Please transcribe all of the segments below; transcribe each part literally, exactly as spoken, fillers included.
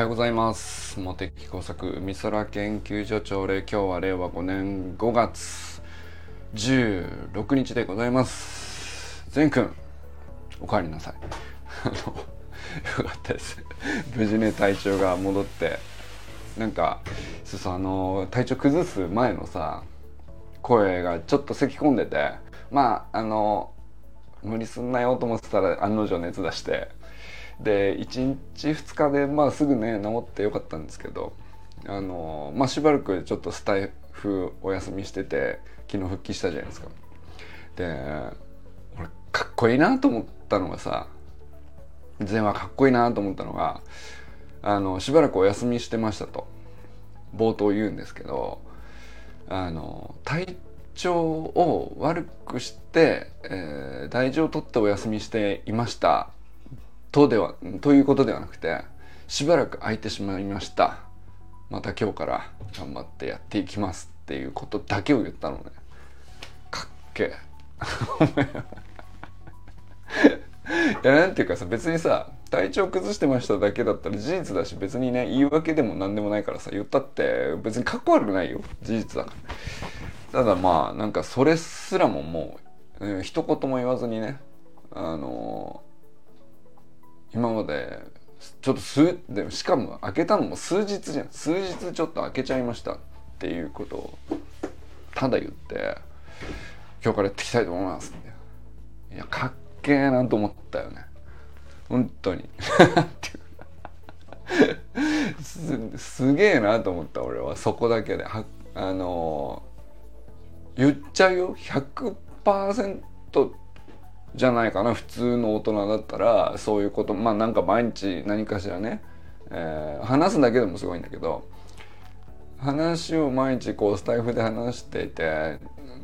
ようございます。茂木工作美空研究所長令、今日はれいわごねんごがつじゅうろくにちでございます。善くん、お帰りなさい。あのよかったです。無事ね、体調が戻って、なんかそうそう、あの体調崩す前のさ、声がちょっと咳き込んでて、まああの無理すんなよと思ってたら案の定熱出して、でいちにちふつかでまあすぐね治ってよかったんですけど、あのまあしばらくちょっとスタイフお休みしてて、昨日復帰したじゃないですか。で俺かっこいいなと思ったのがさ、前はかっこいいなと思ったのが、あのしばらくお休みしてましたと冒頭言うんですけど、あの体調を悪くして、えー、大事を取ってお休みしていましたとではということではなくて、しばらく空いてしまいました、また今日から頑張ってやっていきますっていうことだけを言ったのね。かっけえいや、なんていうかさ、別にさ体調崩してましただけだったら事実だし、別にね言い訳でも何でもないからさ、言ったって別にかっこ悪くないよ、事実だから。ただまあなんかそれすらももう、えー、一言も言わずにね、あのー、今までちょっと数でもしかも開けたのも数日じゃん、数日ちょっと開けちゃいましたっていうことをただ言って、今日からやっていきたいと思いますって。いや、かっけえなと思ったよね、本当にす, すげえなと思った。俺はそこだけではあのー、言っちゃうよ、 ひゃくパーセント じゃないかな、普通の大人だったらそういうこと、まあなんか毎日何かしらね、えー、話すだけでもすごいんだけど、話を毎日こうスタイフで話していて、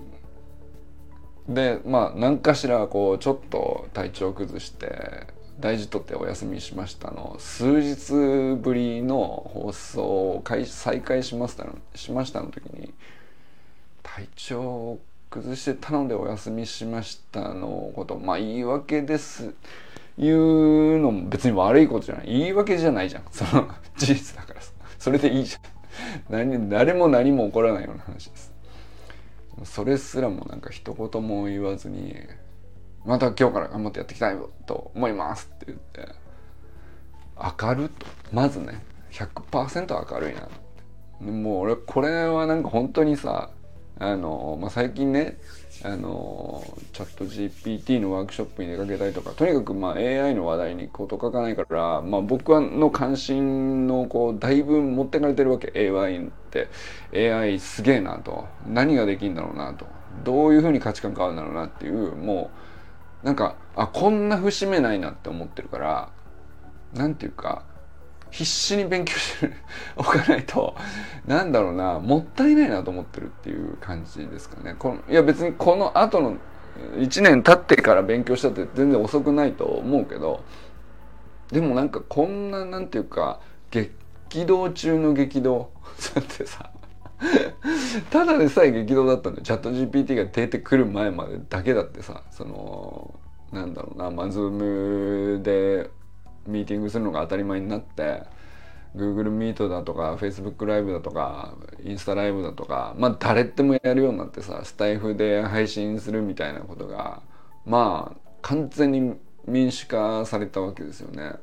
でまあ何かしらこうちょっと体調崩して大事とってお休みしましたの数日ぶりの放送を再開しましたのしましたの時に、体調を崩してたのでお休みしましたのこと、まあ言い訳です言うのも別に悪いことじゃない、言い訳じゃないじゃん、その事実だからさ、それでいいじゃん。何誰も何も起こらないような話です。それすらもなんか一言も言わずに、また今日から頑張ってやっていきたいと思いますって言って、明るとまずね ひゃくパーセント 明るいなって。もう俺これはなんか本当にさ、あの、まあ、最近ね、あのチャット ジーピーティー のワークショップに出かけたりとか、とにかくまあ エーアイ の話題にこと書かないから、まあ、僕の関心のこうだいぶ持ってかれてるわけ。 エーアイ って エーアイ すげえなと、何ができるんだろうなと、どういうふうに価値観変わるんだろうなっていう、もうなんかあこんな節目ないなって思ってるから、なんていうか必死に勉強しておかないと、なんだろうな、もったいないなと思ってるっていう感じですかね。このいや別にこの後のいちねん経ってから勉強したって全然遅くないと思うけど、でもなんかこんななんていうか激動中の激動だってさただでさえ激動だったんで、チャット ジーピーティー が出てくる前までだけだってさ、そのなんだろうな、まあ、ズームでミーティングするのが当たり前になって、 Google Meet だとか Facebook ライブだとかインスタライブだとか、まあ誰でもやるようになってさ、スタイフで配信するみたいなことがまあ完全に民主化されたわけですよね。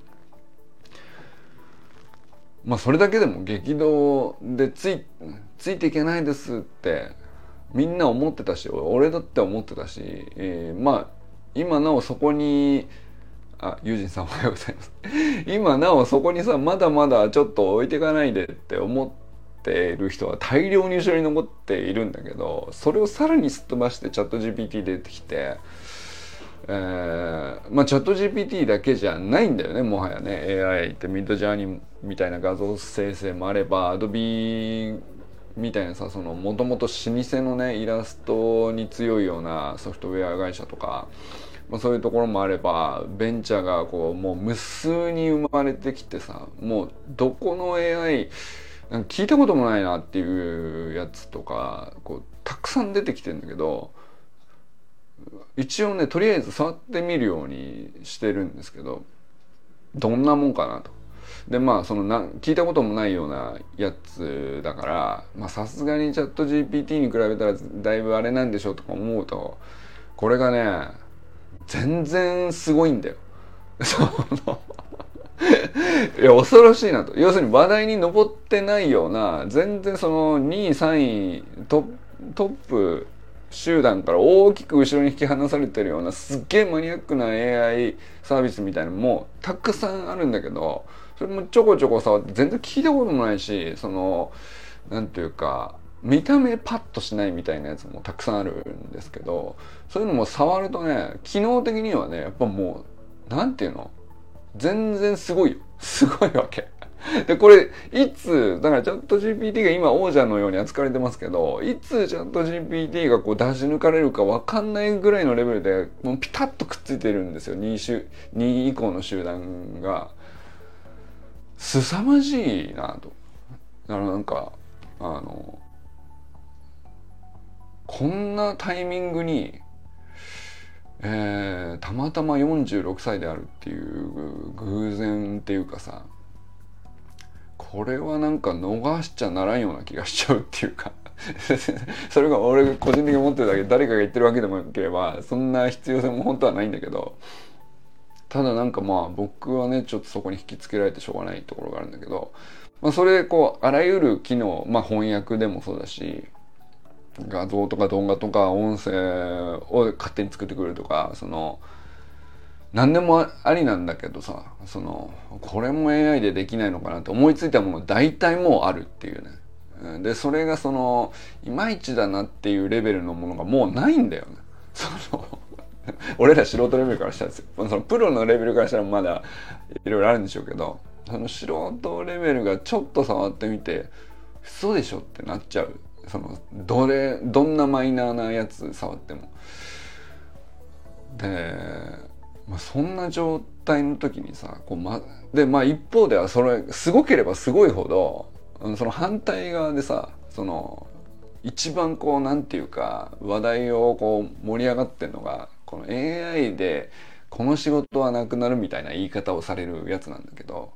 まあそれだけでも激動でついついていけないですってみんな思ってたし、俺だって思ってたし、えー、まあ今なおそこに、あ、ユージンさんおはようございます。今なおそこにさ、まだまだちょっと置いていかないでって思っている人は大量に後ろに残っているんだけど、それをさらにすっ飛ばしてチャット ジーピーティー 出てきて、えー、まあチャット ジーピーティー だけじゃないんだよね、もはやね。 エーアイ ってミッドジャーニーみたいな画像生成もあれば、 Adobe みたいなさ、そのもともと老舗のねイラストに強いようなソフトウェア会社とか、まあ、そういうところもあれば、ベンチャーがこうもう無数に生まれてきてさ、もうどこの エーアイ なんか聞いたこともないなっていうやつとかこうたくさん出てきてるんだけど、一応ねとりあえず触ってみるようにしてるんですけど、どんなもんかなと。 でまあそのな聞いたこともないようなやつだからまあさすがにチャット ジーピーティー に比べたらだいぶあれなんでしょうとか思うとこれがね全然すごいんだよ。そのいや恐ろしいなと。要するに話題に上ってないような全然そのにいさんいトトップ集団から大きく後ろに引き離されてるようなすっげえマニアックな エーアイ サービスみたいなのもたくさんあるんだけどそれもちょこちょこ触って全然聞いたこともないしそのなんていうか見た目パッとしないみたいなやつもたくさんあるんですけどそういうのも触るとね機能的にはねやっぱもうなんていうの全然すごいよすごいわけでこれいつだからチャット ジーピーティー が今王者のように扱われてますけどいつチャット ジーピーティー がこう出し抜かれるか分かんないぐらいのレベルでもうピタッとくっついてるんですよにい集にい以降の集団が凄まじいなと。だからなんかあのこんなタイミングに、えー、たまたまよんじゅうろくさいであるっていう偶然っていうかさこれはなんか逃しちゃならんような気がしちゃうっていうかそれが俺が個人的に思ってるだけで誰かが言ってるわけでもなければそんな必要性も本当はないんだけどただなんかまあ僕はねちょっとそこに引きつけられてしょうがないところがあるんだけど、まあ、それこうあらゆる機能まあ翻訳でもそうだし画像とか動画とか音声を勝手に作ってくれるとかその何でもありなんだけどさそのこれも エーアイ でできないのかなって思いついたもの大体もうあるっていうねでそれがそのいまいちだなっていうレベルのものがもうないんだよねその俺ら素人レベルからしたらですよそのプロのレベルからしたらまだいろいろあるんでしょうけどその素人レベルがちょっと触ってみて嘘でしょってなっちゃうそのどれどんなマイナーなやつ触ってもで、まあ、そんな状態の時にさこう、ま、でまあ一方ではそれすごければすごいほどその反対側でさその一番こうなんていうか話題をこう盛り上がってんのがこの エーアイ でこの仕事はなくなるみたいな言い方をされるやつなんだけど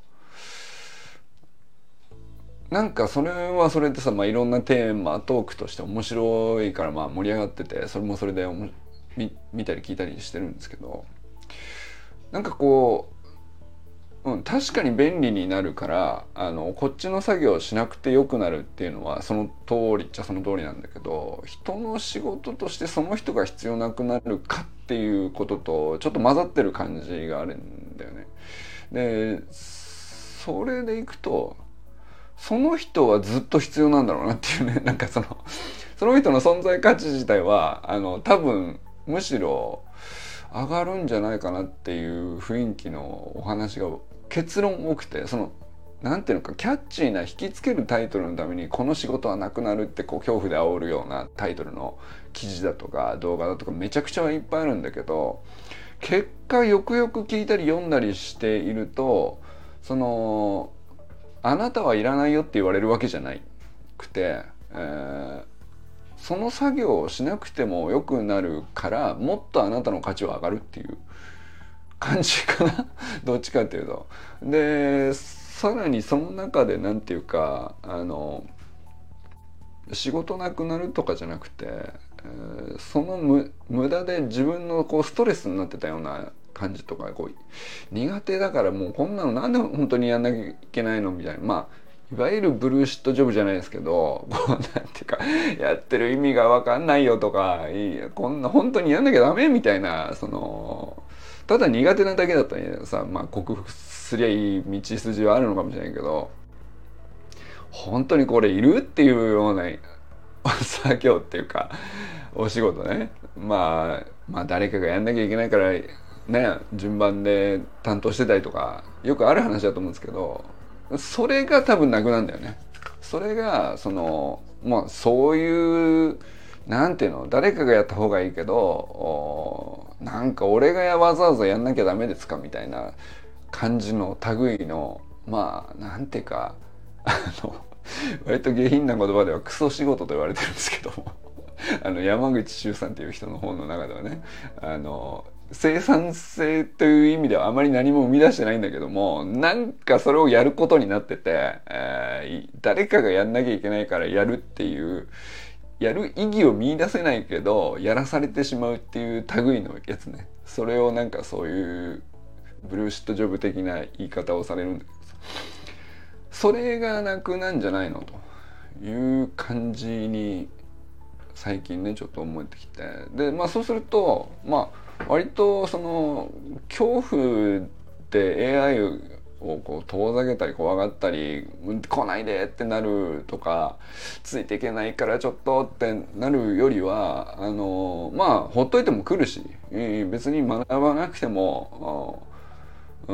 なんかそれはそれでさ、まあ、いろんなテーマトークとして面白いからまあ盛り上がっててそれもそれで見見たり聞いたりしてるんですけどなんかこう、うん、確かに便利になるからあのこっちの作業をしなくてよくなるっていうのはその通りっちゃその通りなんだけど人の仕事としてその人が必要なくなるかっていうこととちょっと混ざってる感じがあるんだよね。でそれでいくとその人はずっと必要なんだろうなっていうねなんかそのその人の存在価値自体はあの多分むしろ上がるんじゃないかなっていう雰囲気のお話が結論多くてそのなんていうのかキャッチーな引きつけるタイトルのためにこの仕事はなくなるってこう恐怖で煽るようなタイトルの記事だとか動画だとかめちゃくちゃいっぱいあるんだけど結果よくよく聞いたり読んだりしているとそのあなたはいらないよって言われるわけじゃないくて、えー、その作業をしなくてもよくなるからもっとあなたの価値は上がるっていう感じかなどっちかっていうと。でさらにその中でなんていうかあの仕事なくなるとかじゃなくて、えー、その無無駄で自分のこうストレスになってたような感じとかこう苦手だからもうこんなのなんで本当にやんなきゃいけないのみたいなまあいわゆるブルーシットジョブじゃないですけどこうなんていうかやってる意味が分かんないよとかいやこんな本当にやんなきゃダメみたいなそのただ苦手なだけだったらさまあ克服すりゃいい道筋はあるのかもしれないけど本当にこれいるっていうような作業っていうかお仕事ねまあまあ誰かがやんなきゃいけないからね順番で担当してたりとかよくある話だと思うんですけどそれが多分なくなんだよね。それがそのまあそういうなんていうの誰かがやった方がいいけどなんか俺がわざわざやんなきゃダメですかみたいな感じの類のまあなんていうかあの割と下品な言葉ではクソ仕事と言われてるんですけどもあの山口周さんっていう人の本の中ではねあの生産性という意味ではあまり何も生み出してないんだけども、なんかそれをやることになってて、えー、誰かがやんなきゃいけないからやるっていう、やる意義を見出せないけどやらされてしまうっていう類のやつね。それをなんかそういうブルーシットジョブ的な言い方をされるんだけどさ、それがなくなんじゃないのという感じに最近ねちょっと思えてきて、でまあそうするとまあ割とその恐怖で エーアイ をこう遠ざけたり怖がったり来ないでってなるとか、ついていけないからちょっとってなるよりは、あのまあほっといても来るし、別に学ばなくても、うん、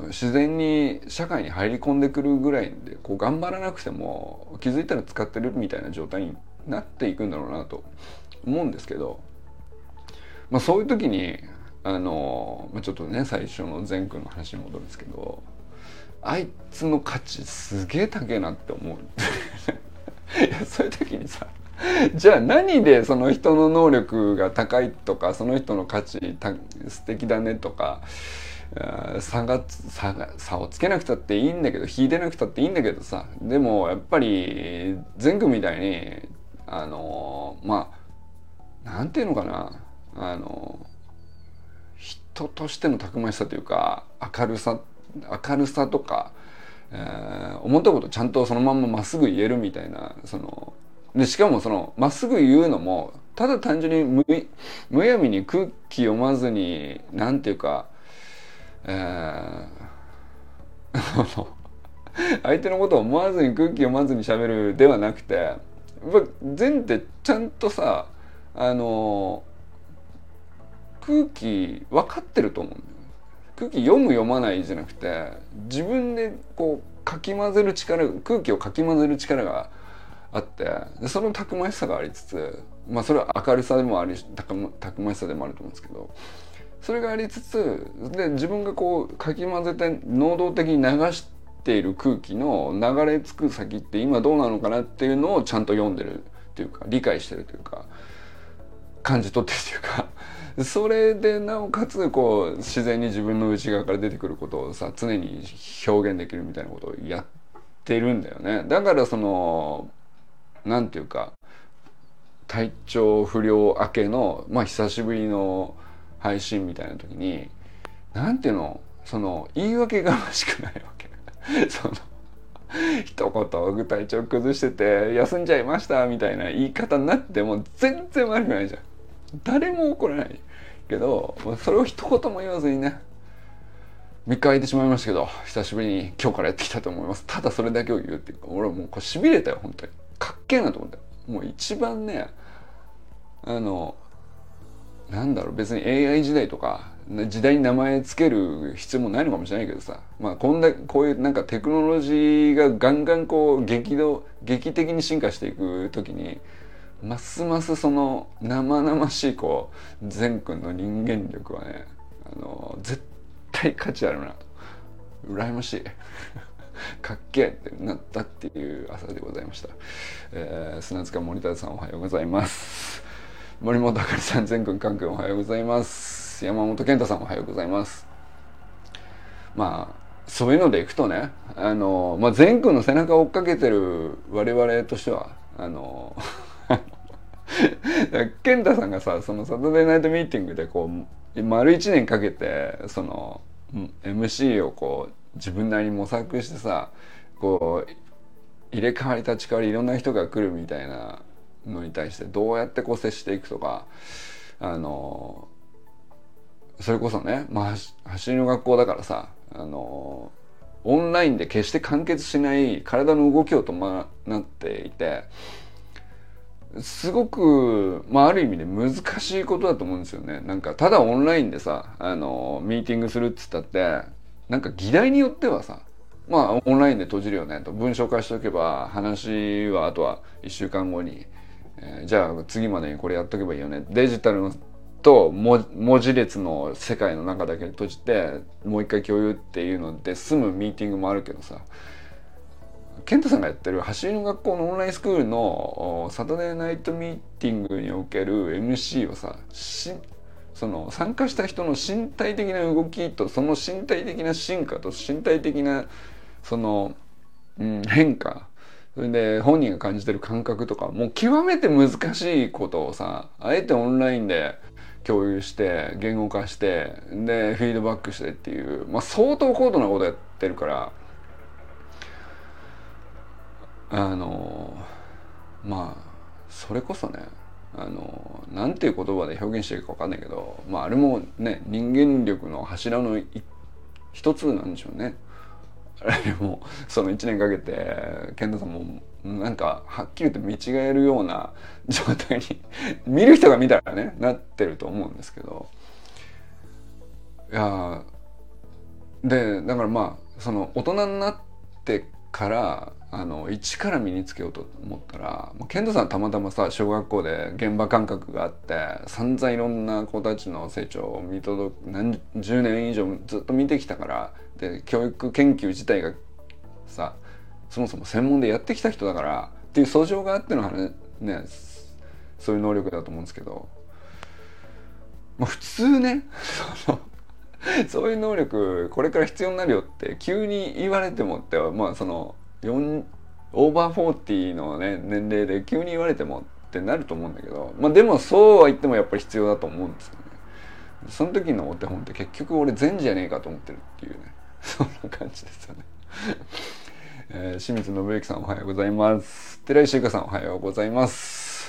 自然に社会に入り込んでくるぐらいでこう頑張らなくても気づいたら使ってるみたいな状態になっていくんだろうなと思うんですけど、まあ、そういう時にあの、まあ、ちょっとね最初の善くんの話に戻るんですけど、あいつの価値すげえ高えなって思ういやそういう時にさ、じゃあ何でその人の能力が高いとかその人の価値素敵だねとか差が差が差をつけなくたっていいんだけど、引いてなくたっていいんだけどさ、でもやっぱり善くんみたいにあのまあなんていうのかな、あの人としてのたくましさというか明るさ明るさとか、えー、思ったことちゃんとそのまんままっすぐ言えるみたいな、そのでしかもそのまっすぐ言うのもただ単純に無むやみに空気読まずになんていうか、えー、相手のことを思わずに空気読まずに喋るではなくて、やっぱ善ってちゃんとさあの空気分かってると思うんだよ。空気読む読まないじゃなくて自分でこうかき混ぜる力、空気をかき混ぜる力があって、でそのたくましさがありつつ、まあそれは明るさでもありたくま、たくましさでもあると思うんですけど、それがありつつで自分がこうかき混ぜて能動的に流している空気の流れ着く先って今どうなのかなっていうのをちゃんと読んでるっていうか理解してるというか感じ取ってるというか、それでなおかつこう自然に自分の内側から出てくることをさ常に表現できるみたいなことをやってるんだよね。だからそのなんていうか体調不良明けのまあ久しぶりの配信みたいな時になんていうの、その言い訳がましくないわけその一言体調崩してて休んじゃいましたみたいな言い方になっても全然悪くないじゃん。誰も怒らないけどそれを一言も言わずにね、みっか空いてしまいましたけど久しぶりに今日からやってきたと思います、ただそれだけを言うっていうか、俺はもうこれしびれたよ本当に。かっけえなと思ったよ。もう一番ねあのなんだろう、別に エーアイ 時代とか時代に名前つける必要もないのかもしれないけどさ、まあこんなこういうなんかテクノロジーがガンガンこう激動劇的に進化していく時にますますその生々しいこう善くんの人間力はね、あの絶対価値あるなと、羨ましいかっけえってなったっていう朝でございました。えー、砂塚森田さんおはようございます。森本あかりさん、善くんかんくんおはようございます。山本健太さんおはようございます。まあそういうのでいくとね、あのまあ善くんの背中を追っかけてる我々としてはあの健太さんがさそのサタデーナイトミーティングでこう丸一年かけてその エムシー をこう自分なりに模索してさ、こう入れ替わり立ち替わりいろんな人が来るみたいなのに対してどうやってこう接していくとか、あのそれこそね、まあ走りの学校だからさ、あのオンラインで決して完結しない体の動きを伴っていて、すごく、まあ、ある意味で難しいことだと思うんですよね。なんかただオンラインでさあのミーティングするっつったってなんか議題によってはさ、まあオンラインで閉じるよねと、文章化しておけば話はあとはいっしゅうかんごに、えー、じゃあ次までにこれやっとけばいいよね、デジタルのと文字列の世界の中だけ閉じてもう一回共有っていうので済むミーティングもあるけどさ、健太さんがやってる走りの学校のオンラインスクールのサタデーナイトミーティングにおける エムシー をさその参加した人の身体的な動きとその身体的な進化と身体的なその、うん、変化、それで本人が感じてる感覚とかもう極めて難しいことをさ、あえてオンラインで共有して言語化してでフィードバックしてっていう、まあ、相当高度なことやってるから、あのまあそれこそね、あのなんていう言葉で表現していいか分かんないけど、まああれもね人間力の柱の一つなんでしょうね。あれもそのいちねんかけて健太さんもなんかはっきり言って見違えるような状態に見る人が見たらねなってると思うんですけど、いやでだからまあその大人になってからあの一から身につけようと思ったら、健太さんはたまたまさ小学校で現場感覚があって散々いろんな子たちの成長を見届く何十年以上ずっと見てきたから、で教育研究自体がさそもそも専門でやってきた人だからっていう素性があっての話ね、そういう能力だと思うんですけど、まあ、普通ねそのそういう能力これから必要になるよって急に言われてもって、まあそのよんオーバーフォーティーのね年齢で急に言われてもってなると思うんだけど、まあでもそうは言ってもやっぱり必要だと思うんですよね。その時のお手本って結局俺善じゃねえかと思ってるっていうね、そんな感じですよね。えー、清水信之さんおはようございます。寺石由香さんおはようございます。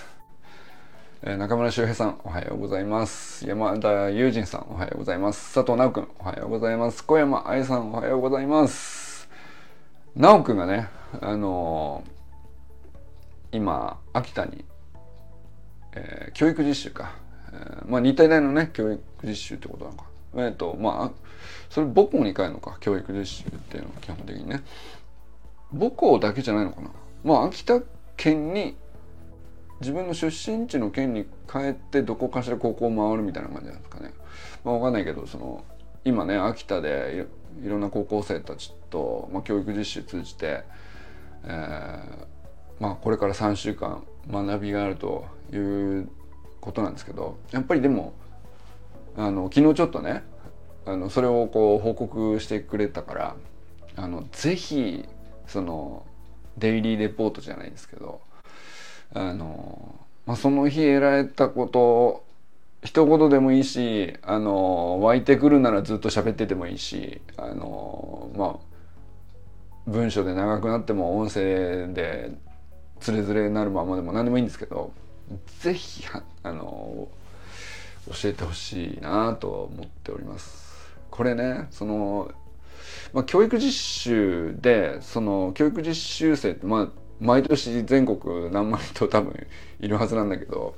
えー、中村修平さんおはようございます。山田友人さんおはようございます。佐藤直くんおはようございます。小山愛さんおはようございます。直くんがね、あのー、今秋田に、えー、教育実習か、えー、まあ日体大のね教育実習ってことなのか、えーとまあそれ母校に帰るのか、教育実習っていうのは基本的にね母校だけじゃないのかな、まあ秋田県に自分の出身地の県に帰ってどこかしら高校を回るみたいな感じなんですかね。まあ分かんないけど、その今ね秋田でいろんな高校生たちと、まあ、教育実習通じて、えー、まあこれからさんしゅうかん学びがあるということなんですけど、やっぱりでもあの昨日ちょっとねあのそれをこう報告してくれたから、あのぜひそのデイリーレポートじゃないですけど、あの、まあ、その日得られたこと一言でもいいし、あの湧いてくるならずっと喋っててもいいし、あのまあ文章で長くなっても音声でつれづれになるままでも何でもいいんですけど、ぜひあの教えてほしいなと思っております。これね、その、まあ、教育実習でその教育実習生ってまあ毎年全国何万人と多分いるはずなんだけど、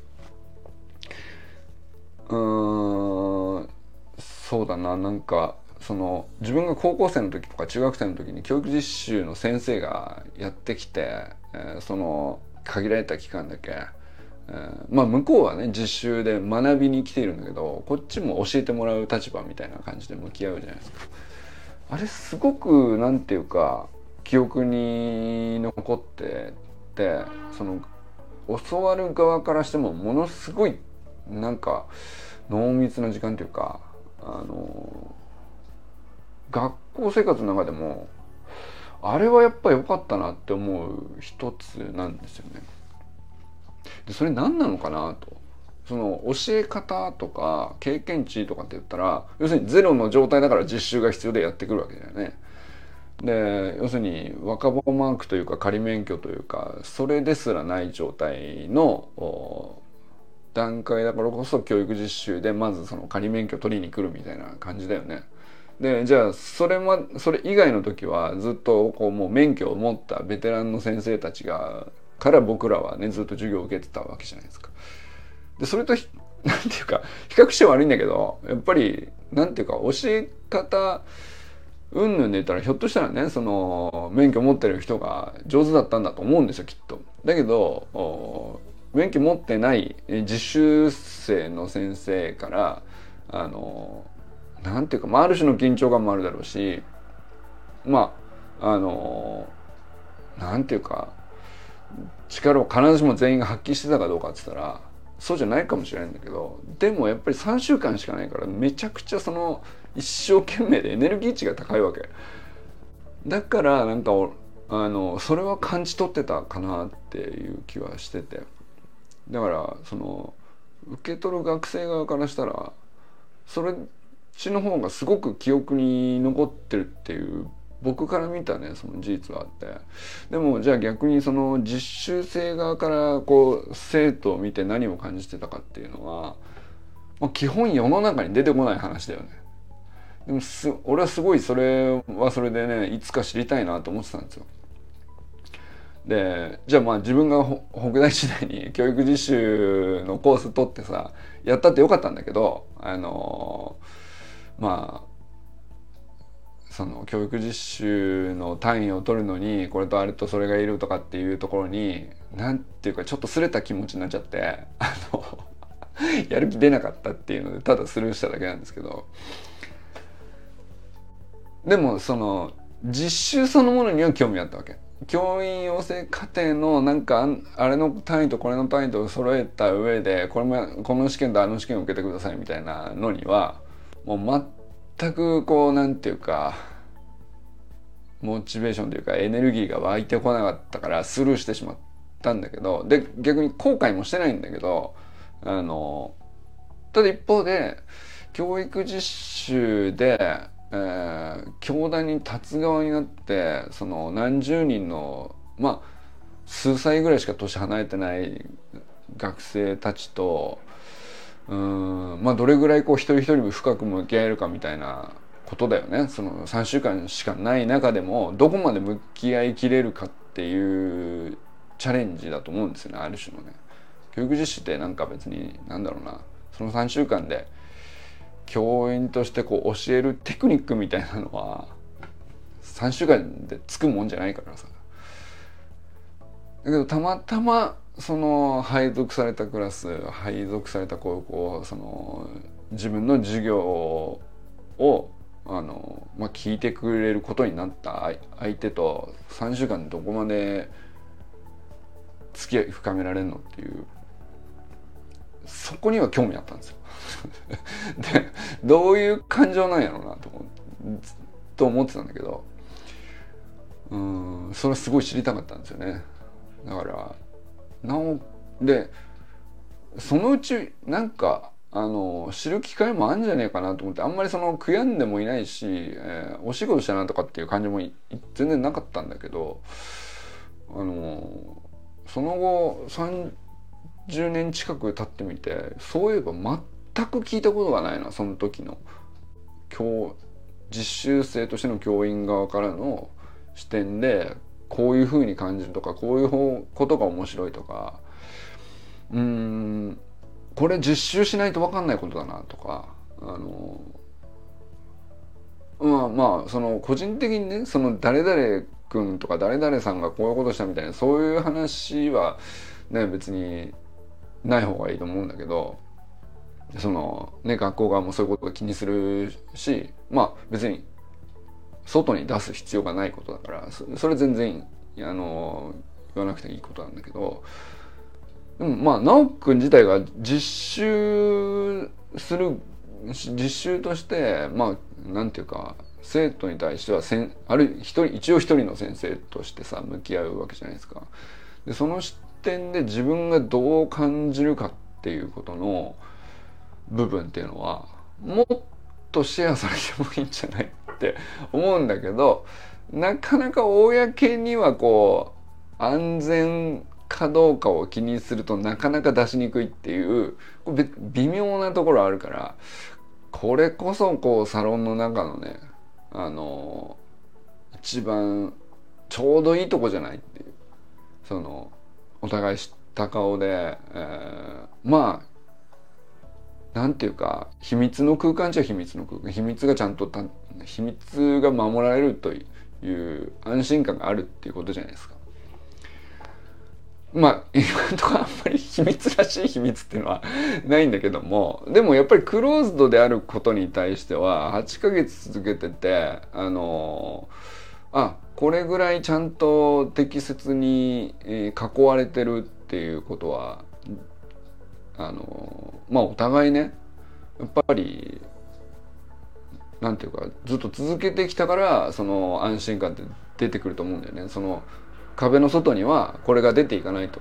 うーんそうだな、なんかその自分が高校生の時とか中学生の時に教育実習の先生がやってきて、えー、その限られた期間だけ、えー、まあ向こうはね実習で学びに来ているんだけど、こっちも教えてもらう立場みたいな感じで向き合うじゃないですか。あれすごくなんていうか記憶に残ってて、その教わる側からしてもものすごいなんか濃密な時間というか、あの学校生活の中でもあれはやっぱ良かったなって思う一つなんですよね。でそれ何なのかなと、その教え方とか経験値とかって言ったら要するにゼロの状態だから実習が必要でやってくるわけだよね。で要するに若葉マークというか仮免許というかそれですらない状態の段階だからこそ教育実習でまずその仮免許取りに来るみたいな感じだよね。でじゃあそれもそれ以外の時はずっとこうもう免許を持ったベテランの先生たちがから僕らはねずっと授業を受けてたわけじゃないですか。でそれとなんていうか比較して悪いんだけど、やっぱりなんていうか教え方うんぬんで言ったらひょっとしたらねその免許持ってる人が上手だったんだと思うんですよきっと。だけど免許持ってない実習生の先生からあのなんていうか、まあ、ある種の緊張感もあるだろうし、まああのなんていうか力を必ずしも全員が発揮してたかどうかって言ったらそうじゃないかもしれないんだけど、でもやっぱりさんしゅうかんしかないからめちゃくちゃその一生懸命でエネルギー値が高いわけだから、なんかあのそれは感じ取ってたかなっていう気はしてて、だからその受け取る学生側からしたらそれっちの方がすごく記憶に残ってるっていう僕から見たねその事実はあって、でもじゃあ逆にその実習生側からこう生徒を見て何を感じてたかっていうのは、まあ、基本世の中に出てこない話だよね。でもす俺はすごいそれはそれでね、いつか知りたいなと思ってたんですよ。でじゃあまあ自分が北大時代に教育実習のコース取ってさやったってよかったんだけど、あのまあその教育実習の単位を取るのにこれとあれとそれがいるとかっていうところになんていうかちょっとすれた気持ちになっちゃって、あのやる気出なかったっていうのでただスルーしただけなんですけど、でもその実習そのものには興味あったわけ。教員養成課程のなんかあれの単位とこれの単位と揃えた上でこれもこの試験とあの試験を受けてくださいみたいなのにはもう全くこうなんていうかモチベーションというかエネルギーが湧いてこなかったからスルーしてしまったんだけど、で逆に後悔もしてないんだけど、あのただ一方で教育実習でえー、教壇に立つ側になってその何十人のまあ数歳ぐらいしか年離れてない学生たちとうーんまあどれぐらいこう一人一人深く向き合えるかみたいなことだよね。そのさんしゅうかんしかない中でもどこまで向き合いきれるかっていうチャレンジだと思うんですよね、ある種のね。教育実習ってなんか別になんだろうな、そのさんしゅうかんで教員としてこう教えるテクニックみたいなのはさんしゅうかんでつくもんじゃないからさ。だけどたまたまその配属されたクラス配属された高校その自分の授業をあの、まあ、聞いてくれることになった相手とさんしゅうかんでどこまで付き合い深められるのっていう、そこには興味あったんですよ。でどういう感情なんやろうなと思ずっと思ってたんだけど、うーんそれすごい知りたかったんですよね。だからなおでそのうちなんかあの知る機会もあるんじゃねえかなと思って、あんまりその悔やんでもいないし、えー、お仕事したなとかっていう感じも全然なかったんだけど、あのその後さんじゅうねん近く経ってみてそういえば全く聞いたことがないな、その時の教実習生としての教員側からの視点でこういう風に感じるとかこういうことが面白いとか、うーんこれ実習しないと分かんないことだなとか、あのまあまあその個人的にねその誰々君とか誰々さんがこういうことしたみたいなそういう話はね別にない方がいいと思うんだけど、そのね学校側もそういうことを気にするし、まあ別に外に出す必要がないことだからそれ全然あの言わなくていいことなんだけど、でもまあ直くん自体が実習する実習としてまあなんていうか生徒に対してはせんある一人一応一人の先生としてさ向き合うわけじゃないですか。でその視点で自分がどう感じるかっていうことの部分っていうのはもっとシェアされてもいいんじゃないって思うんだけど、なかなか公にはこう安全かどうかを気にするとなかなか出しにくいっていう微妙なところあるから、これこそこうサロンの中のねあの一番ちょうどいいとこじゃないっていう、そのお互い知った顔で、えー、まあなんていうか秘密の空間じゃ秘密の空間、秘密がちゃんとた秘密が守られるという安心感があるっていうことじゃないですか。まあ今のところあんまり秘密らしい秘密っていうのはないんだけども、でもやっぱりクローズドであることに対してははちかげつ続けてて、あのあこれぐらいちゃんと適切に囲われてるっていうことはあのまあお互いねやっぱりなんていうかずっと続けてきたからその安心感って出てくると思うんだよね。その壁の外にはこれが出ていかないと、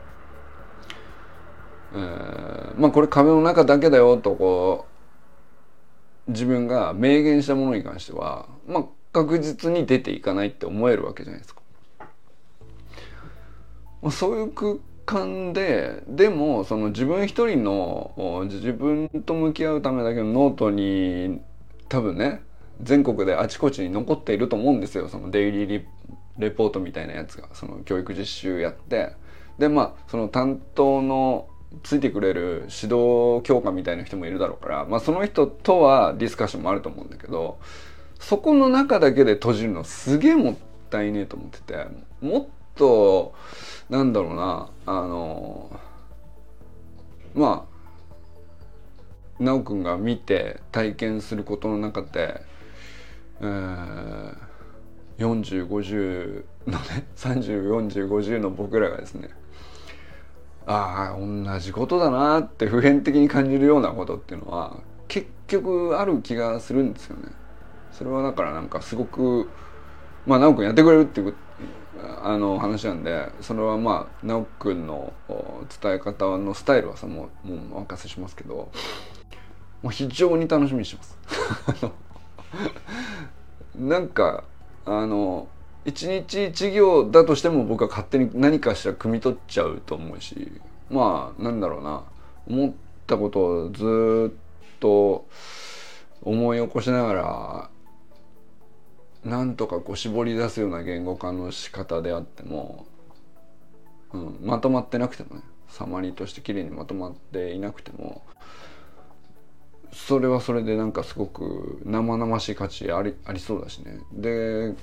えー、まあこれ壁の中だけだよとこう自分が明言したものに関してはまあ確実に出ていかないって思えるわけじゃないですか。まあ、そういう空間ででもその自分一人の自分と向き合うためだけのノートに多分ね全国であちこちに残っていると思うんですよ。そのデイリーリレポートみたいなやつがその教育実習やってでまあその担当のついてくれる指導教官みたいな人もいるだろうから、まあ、その人とはディスカッションもあると思うんだけどそこの中だけで閉じるのすげえもったいねえと思っててもっとなんだろうなあのまあ修くんが見て体験することの中で、えー、よんじゅう、ごじゅうのねさんじゅう、よんじゅう、ごじゅうの僕らがですねああ同じことだなって普遍的に感じるようなことっていうのは結局ある気がするんですよね。それはだからなんかすごくまあ修くんやってくれるっていうあの話なんでそれはまあ修くんの伝え方のスタイルはさもうもうお任せしますけどもう非常に楽しみにしてますなんかあの一日一行だとしても僕は勝手に何かしら汲み取っちゃうと思うしまあなんだろうな思ったことをずっと思い起こしながらなんとかこう絞り出すような言語化の仕方であっても、うん、まとまってなくてもねサマリーとして綺麗にまとまっていなくてもそれはそれでなんかすごく生々しい価値あり、ありそうだしね。で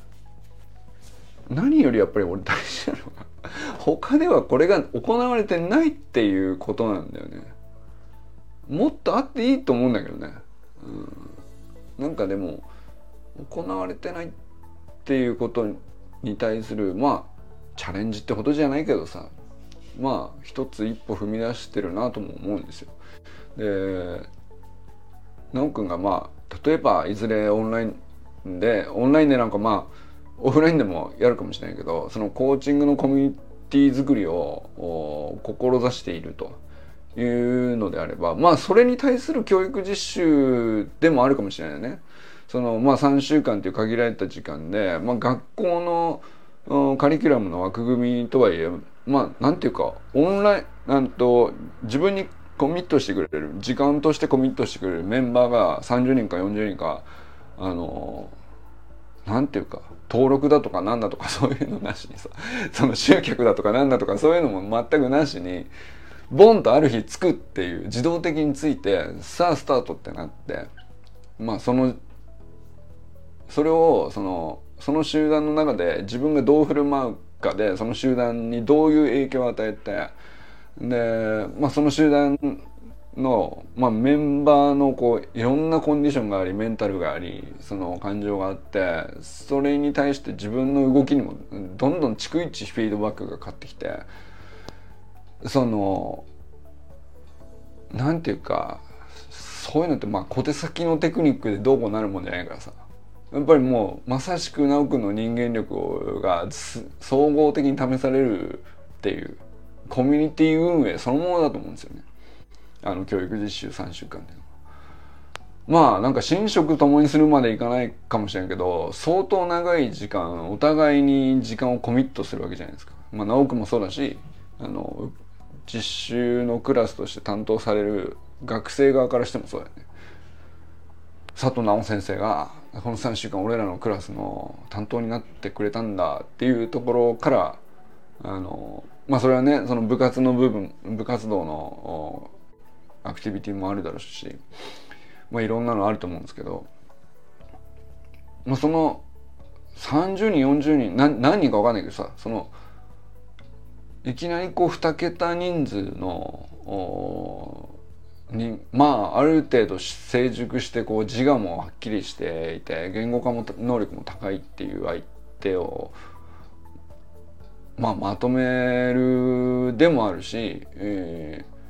何よりやっぱり俺大事なのが他ではこれが行われてないっていうことなんだよね。もっとあっていいと思うんだけどね、うん、なんかでも行われてないっていうことに対するまあチャレンジってほどじゃないけどさまあ一つ一歩踏み出してるなとも思うんですよ。で修くんがまあ例えばいずれオンラインでオンラインでなんかまあオフラインでもやるかもしれないけどそのコーチングのコミュニティ作りを志しているというのであればまあそれに対する教育実習でもあるかもしれないね。そのまあさんしゅうかんという限られた時間で、まあ、学校のカリキュラムの枠組みとはいえまあなんていうかオンラインなんと自分にコミットしてくれる時間としてコミットしてくれるメンバーがさんじゅうにんかよんじゅうにんかあのなんていうか登録だとかなんだとかそういうのなしにさその集客だとかなんだとかそういうのも全くなしにボンとある日つくっていう自動的についてさあスタートってなってまあそのそれをそのその集団の中で自分がどう振る舞うかでその集団にどういう影響を与えてで、まあ、その集団の、まあ、メンバーのこういろんなコンディションがありメンタルがありその感情があってそれに対して自分の動きにもどんどん逐一フィードバックがかかってきてそのなんていうかそういうのってまあ小手先のテクニックでどうこうなるもんじゃないからさやっぱりもうまさしく修くんの人間力が総合的に試されるっていうコミュニティ運営そのものだと思うんですよね。あの教育実習さんしゅうかんっていうのはまあなんか寝食ともにするまでいかないかもしれんけど相当長い時間お互いに時間をコミットするわけじゃないですか。まあ修くんもそうだしあの実習のクラスとして担当される学生側からしてもそうだよね。佐藤直先生がこのさんしゅうかん俺らのクラスの担当になってくれたんだっていうところからあのまあそれはねその部活の部分部活動のアクティビティもあるだろうし、まあ、いろんなのあると思うんですけど、まあ、そのさんじゅうにんよんじゅうにん何何人か分かんないけどさそのいきなりこうに桁人数のにまあある程度成熟してこう自我もはっきりしていて言語化も能力も高いっていう相手を、まあ、まとめるでもあるし、えー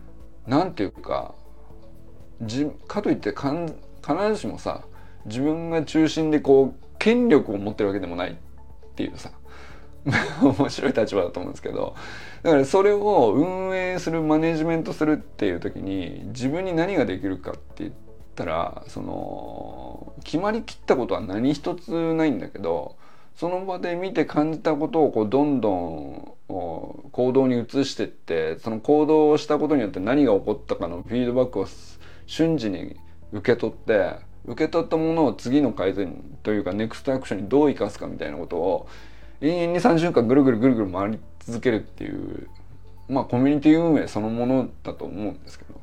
なんていうかじかといってかん必ずしもさ自分が中心でこう権力を持ってるわけでもないっていうさ面白い立場だと思うんですけど、だからそれを運営するマネジメントするっていう時に自分に何ができるかって言ったら、その決まりきったことは何一つないんだけど、その場で見て感じたことをこうどんどん行動に移してって、その行動をしたことによって何が起こったかのフィードバックを瞬時に受け取って、受け取ったものを次の改善というかネクストアクションにどう生かすかみたいなことを永遠にさんしゅうかんぐるぐるぐるぐる回り続けるっていう、まあコミュニティ運営そのものだと思うんですけど、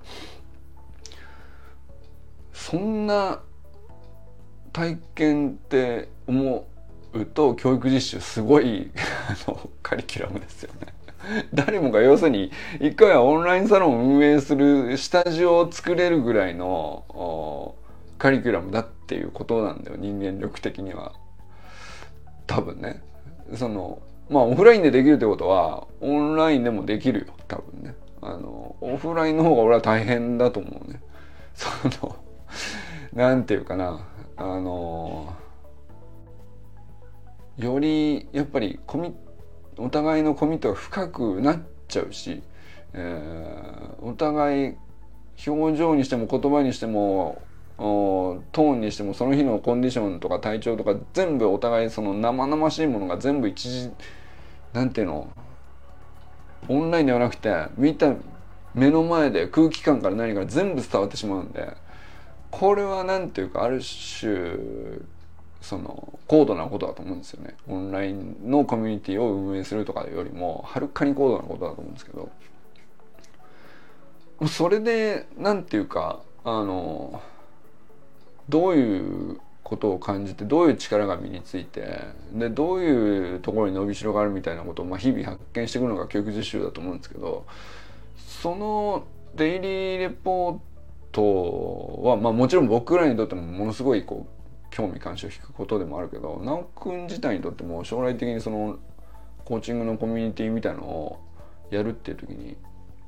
そんな体験って思うと教育実習すごいあのカリキュラムですよね。誰もが要するに一回はオンラインサロンを運営する下地を作れるぐらいのカリキュラムだっていうことなんだよ、人間力的には。多分ね、そのまあオフラインでできるってことはオンラインでもできるよ多分ね。あのオフラインの方が俺は大変だと思うね。そのなんていうかな、あのよりやっぱりコミお互いのコミットが深くなっちゃうし、えー、お互い表情にしても言葉にしてもトーンにしてもその日のコンディションとか体調とか全部お互いその生々しいものが全部一時なんていうのオンラインではなくて見た目の前で空気感から何から全部伝わってしまうんで、これはなんていうかある種その高度なことだと思うんですよね。オンラインのコミュニティを運営するとかよりもはるかに高度なことだと思うんですけど、それでなんていうかあのどういうことを感じてどういう力が身についてでどういうところに伸びしろがあるみたいなことをまあ日々発見していくのが教育実習だと思うんですけど、そのデイリーレポートはまあもちろん僕らにとってもものすごいこう興味関心を引くことでもあるけど、直くん自体にとっても将来的にそのコーチングのコミュニティみたいなのをやるっていう時に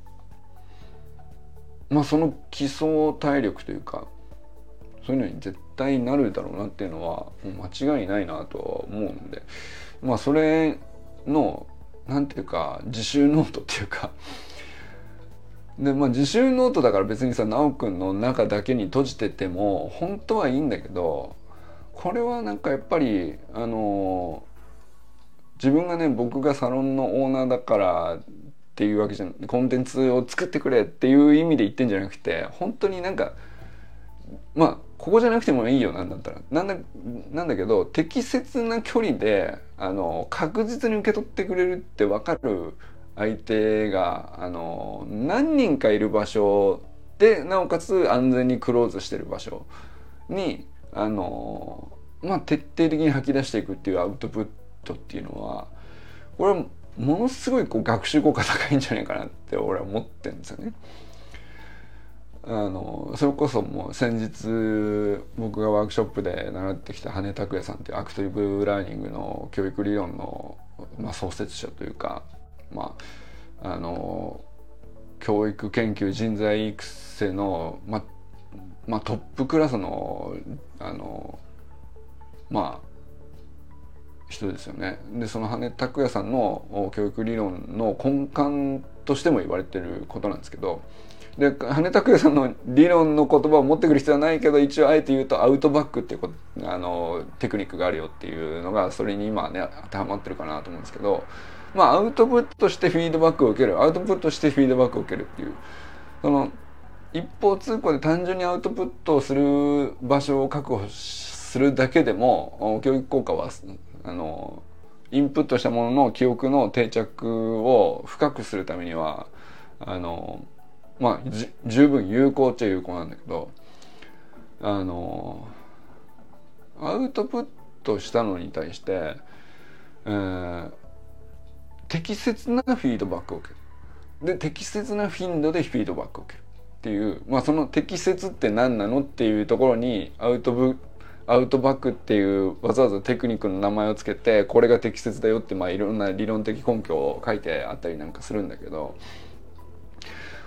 まあその基礎体力というかそういうのに絶対なるだろうなっていうのは間違いないなとは思うんで、まあそれのなんていうか自習ノートっていうかで、まあ自習ノートだから別にさ直くんの中だけに閉じてても本当はいいんだけど、これはなんかやっぱりあの自分がね僕がサロンのオーナーだからっていうわけじゃん、コンテンツを作ってくれっていう意味で言ってんじゃなくて、本当になんかまあここじゃなくてもいいよなんだったらなんだなんだけど適切な距離であの確実に受け取ってくれるって分かる相手があの何人かいる場所でなおかつ安全にクローズしてる場所にあのまあ徹底的に吐き出していくっていうアウトプットっていうのはこれはものすごいこう学習効果高いんじゃないかなって俺は思ってるんですよね。あのそれこそもう先日僕がワークショップで習ってきた羽根拓也さんっていうアクティブラーニングの教育理論の、まあ、創設者というか、まあ、あの教育研究人材育成の、まあまあ、トップクラスのあのまあ人ですよね。でその羽根拓也さんの教育理論の根幹としても言われてることなんですけど、で羽根拓也さんの理論の言葉を持ってくる必要はないけど一応あえて言うとアウトバックっていうあのテクニックがあるよっていうのがそれに今ね当てはまってるかなと思うんですけど、まあアウトプットとしてフィードバックを受けるアウトプットとしてフィードバックを受けるっていうその一方通行で単純にアウトプットをする場所を確保するだけでも教育効果はあのインプットしたものの記憶の定着を深くするためにはあのまあ十分有効っちゃ有効なんだけど、あのアウトプットしたのに対して、えー、適切なフィードバックを受けるで適切な頻度でフィードバックを受けるっていう、まあその適切って何なのっていうところにアウトブアウトバックっていうわざわざテクニックの名前をつけてこれが適切だよってまあいろんな理論的根拠を書いてあったりなんかするんだけど、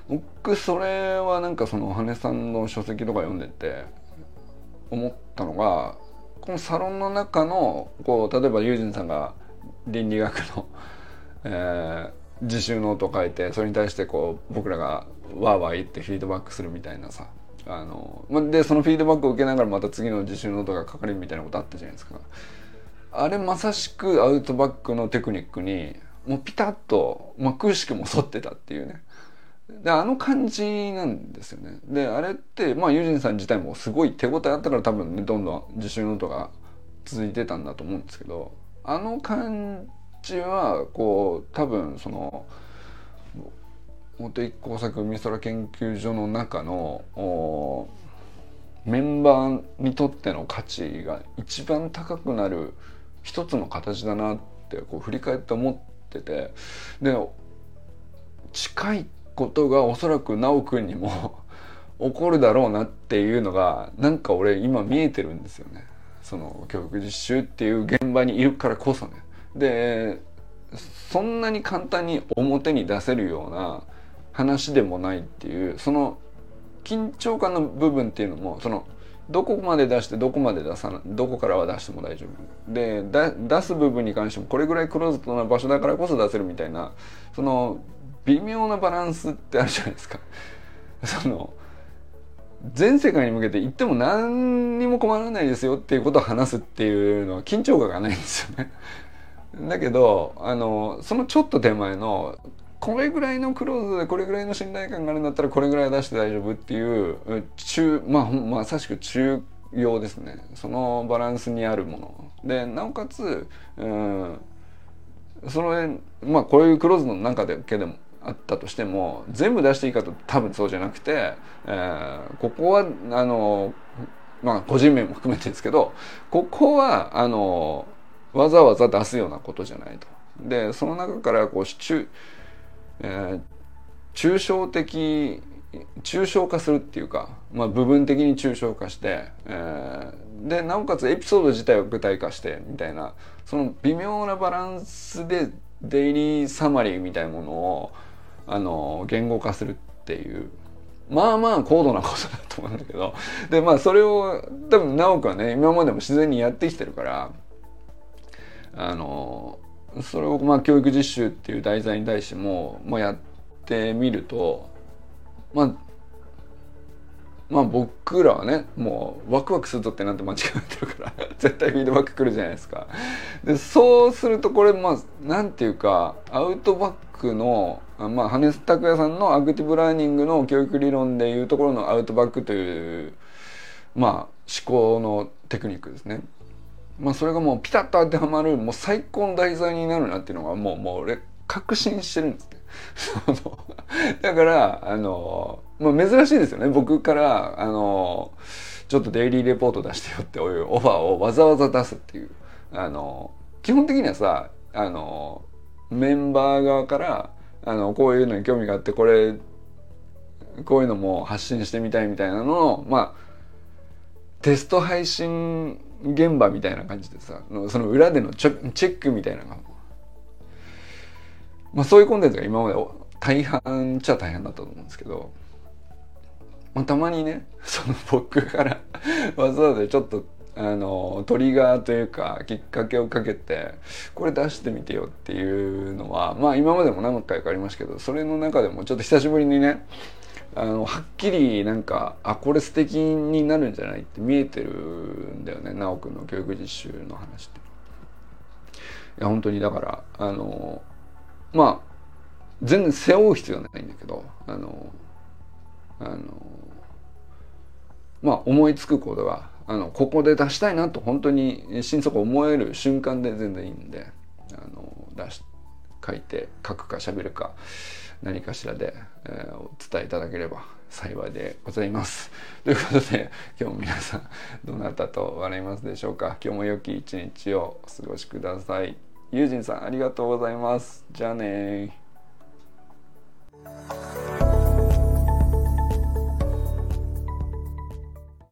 僕それはなんかその羽根さんの書籍とか読んでて思ったのが、このサロンの中のこう例えばユージンさんが倫理学の、えー、自習ノートを書いて、それに対してこう僕らがわーわー言ってフィードバックするみたいなさ、あのでそのフィードバックを受けながらまた次の自習ノートが書かれるみたいなことあったじゃないですか。あれまさしくアウトバックのテクニックにもうピタッと、まあ、くしくも沿ってたっていうね。であの感じなんですよね。であれってまあユージンさん自体もすごい手応えあったから多分ねどんどん自習ノートが続いてたんだと思うんですけど、あの感じはこう多分その元一工作海空研究所の中のメンバーにとっての価値が一番高くなる一つの形だなってこう振り返って思ってて、で近いことがおそらく修くんにも起こるだろうなっていうのがなんか俺今見えてるんですよね。その教育実習っていう現場にいるからこそね。でそんなに簡単に表に出せるような話でもないっていう、その緊張感の部分っていうのも、そのどこまで出してどこまで出さない、どこからは出しても大丈夫で、出す部分に関してもこれぐらいクローズドな場所だからこそ出せるみたいな、その微妙なバランスってあるじゃないですか。その全世界に向けて言っても何にも困らないですよっていうことを話すっていうのは緊張感がないんですよね。だけどあのそのちょっと手前のこれぐらいのクローズでこれぐらいの信頼感があるんだったらこれぐらい出して大丈夫っていう中まあまさしく中庸ですね。そのバランスにあるもので、なおかつうんそのまあこういうクローズの中だけでもあったとしても全部出していいかと多分そうじゃなくて、えー、ここはあのまあ個人名も含めてですけど、ここはあのわざわざ出すようなことじゃないと。でその中からこう中えー、抽象的抽象化するっていうか、まあ、部分的に抽象化して、えー、でなおかつエピソード自体を具体化してみたいな、その微妙なバランスでデイリーサマリーみたいなものをあの言語化するっていう、まあまあ高度なことだと思うんだけど、でまあそれを多分直くはね今までも自然にやってきてるから、あのそれをまあ教育実習っていう題材に対しても、まあ、やってみると、まあ、まあ僕らはねもうワクワクするぞってなんて間違えてるから絶対フィードバック来るじゃないですか。でそうするとこれまあなんていうかアウトバックのまあ羽根拓也さんのアクティブラーニングの教育理論でいうところのアウトバックというまあ思考のテクニックですね。まあそれがもうピタッと当てはまるもう最高の題材になるなっていうのがもうもう俺確信してるんですね。だからあの、まあ、珍しいですよね。僕からあのちょっとデイリーレポート出してよっていうオファーをわざわざ出すっていう、あの基本的にはさあのメンバー側からあのこういうのに興味があってこれこういうのも発信してみたいみたいなのをまあテスト配信現場みたいな感じでさ、その裏でのチェックみたいなのが、まあそういうコンテンツが今まで大半っちゃ大半だったと思うんですけど、まあ、たまにねその僕からわざわざちょっとあのトリガーというかきっかけをかけてこれ出してみてよっていうのはまあ今までも何回かありましたけど、それの中でもちょっと久しぶりにねあのはっきりなんかあこれ素敵になるんじゃないって見えてるんだよね、直くんの教育実習の話って。いや本当にだからあのまあ全然背負う必要はないんだけど、あのあのまあ思いつくことがあのここで出したいなと本当に心底思える瞬間で全然いいんで、あの出し書いて書くか喋るか何かしらで、えー、お伝えいただければ幸いでございます。ということで今日も皆さんどなたと笑いますでしょうか。今日も良き一日をお過ごしください。ユージンさんありがとうございます。じゃあね